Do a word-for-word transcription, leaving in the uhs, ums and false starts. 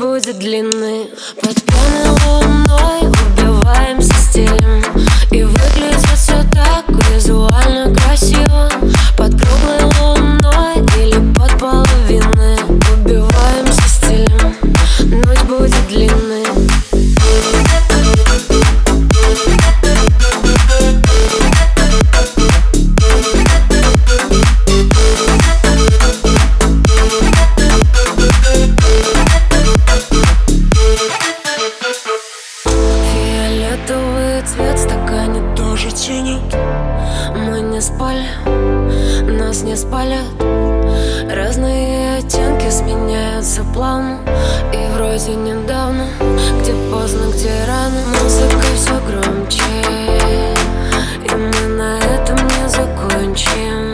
будет длинной. Под пьяной луной убиваемся стилем, и выглядит все так визуально красиво. Под круглой луной или под половиной убиваемся стилем, ночь будет длинной. Фиолетовый цвет в стакане тоже тянет. Мы не спали, нас не спалят. Разные оттенки сменяются плавно, и вроде недавно, где поздно, где рано. Музыка все громче, и мы на этом не закончим.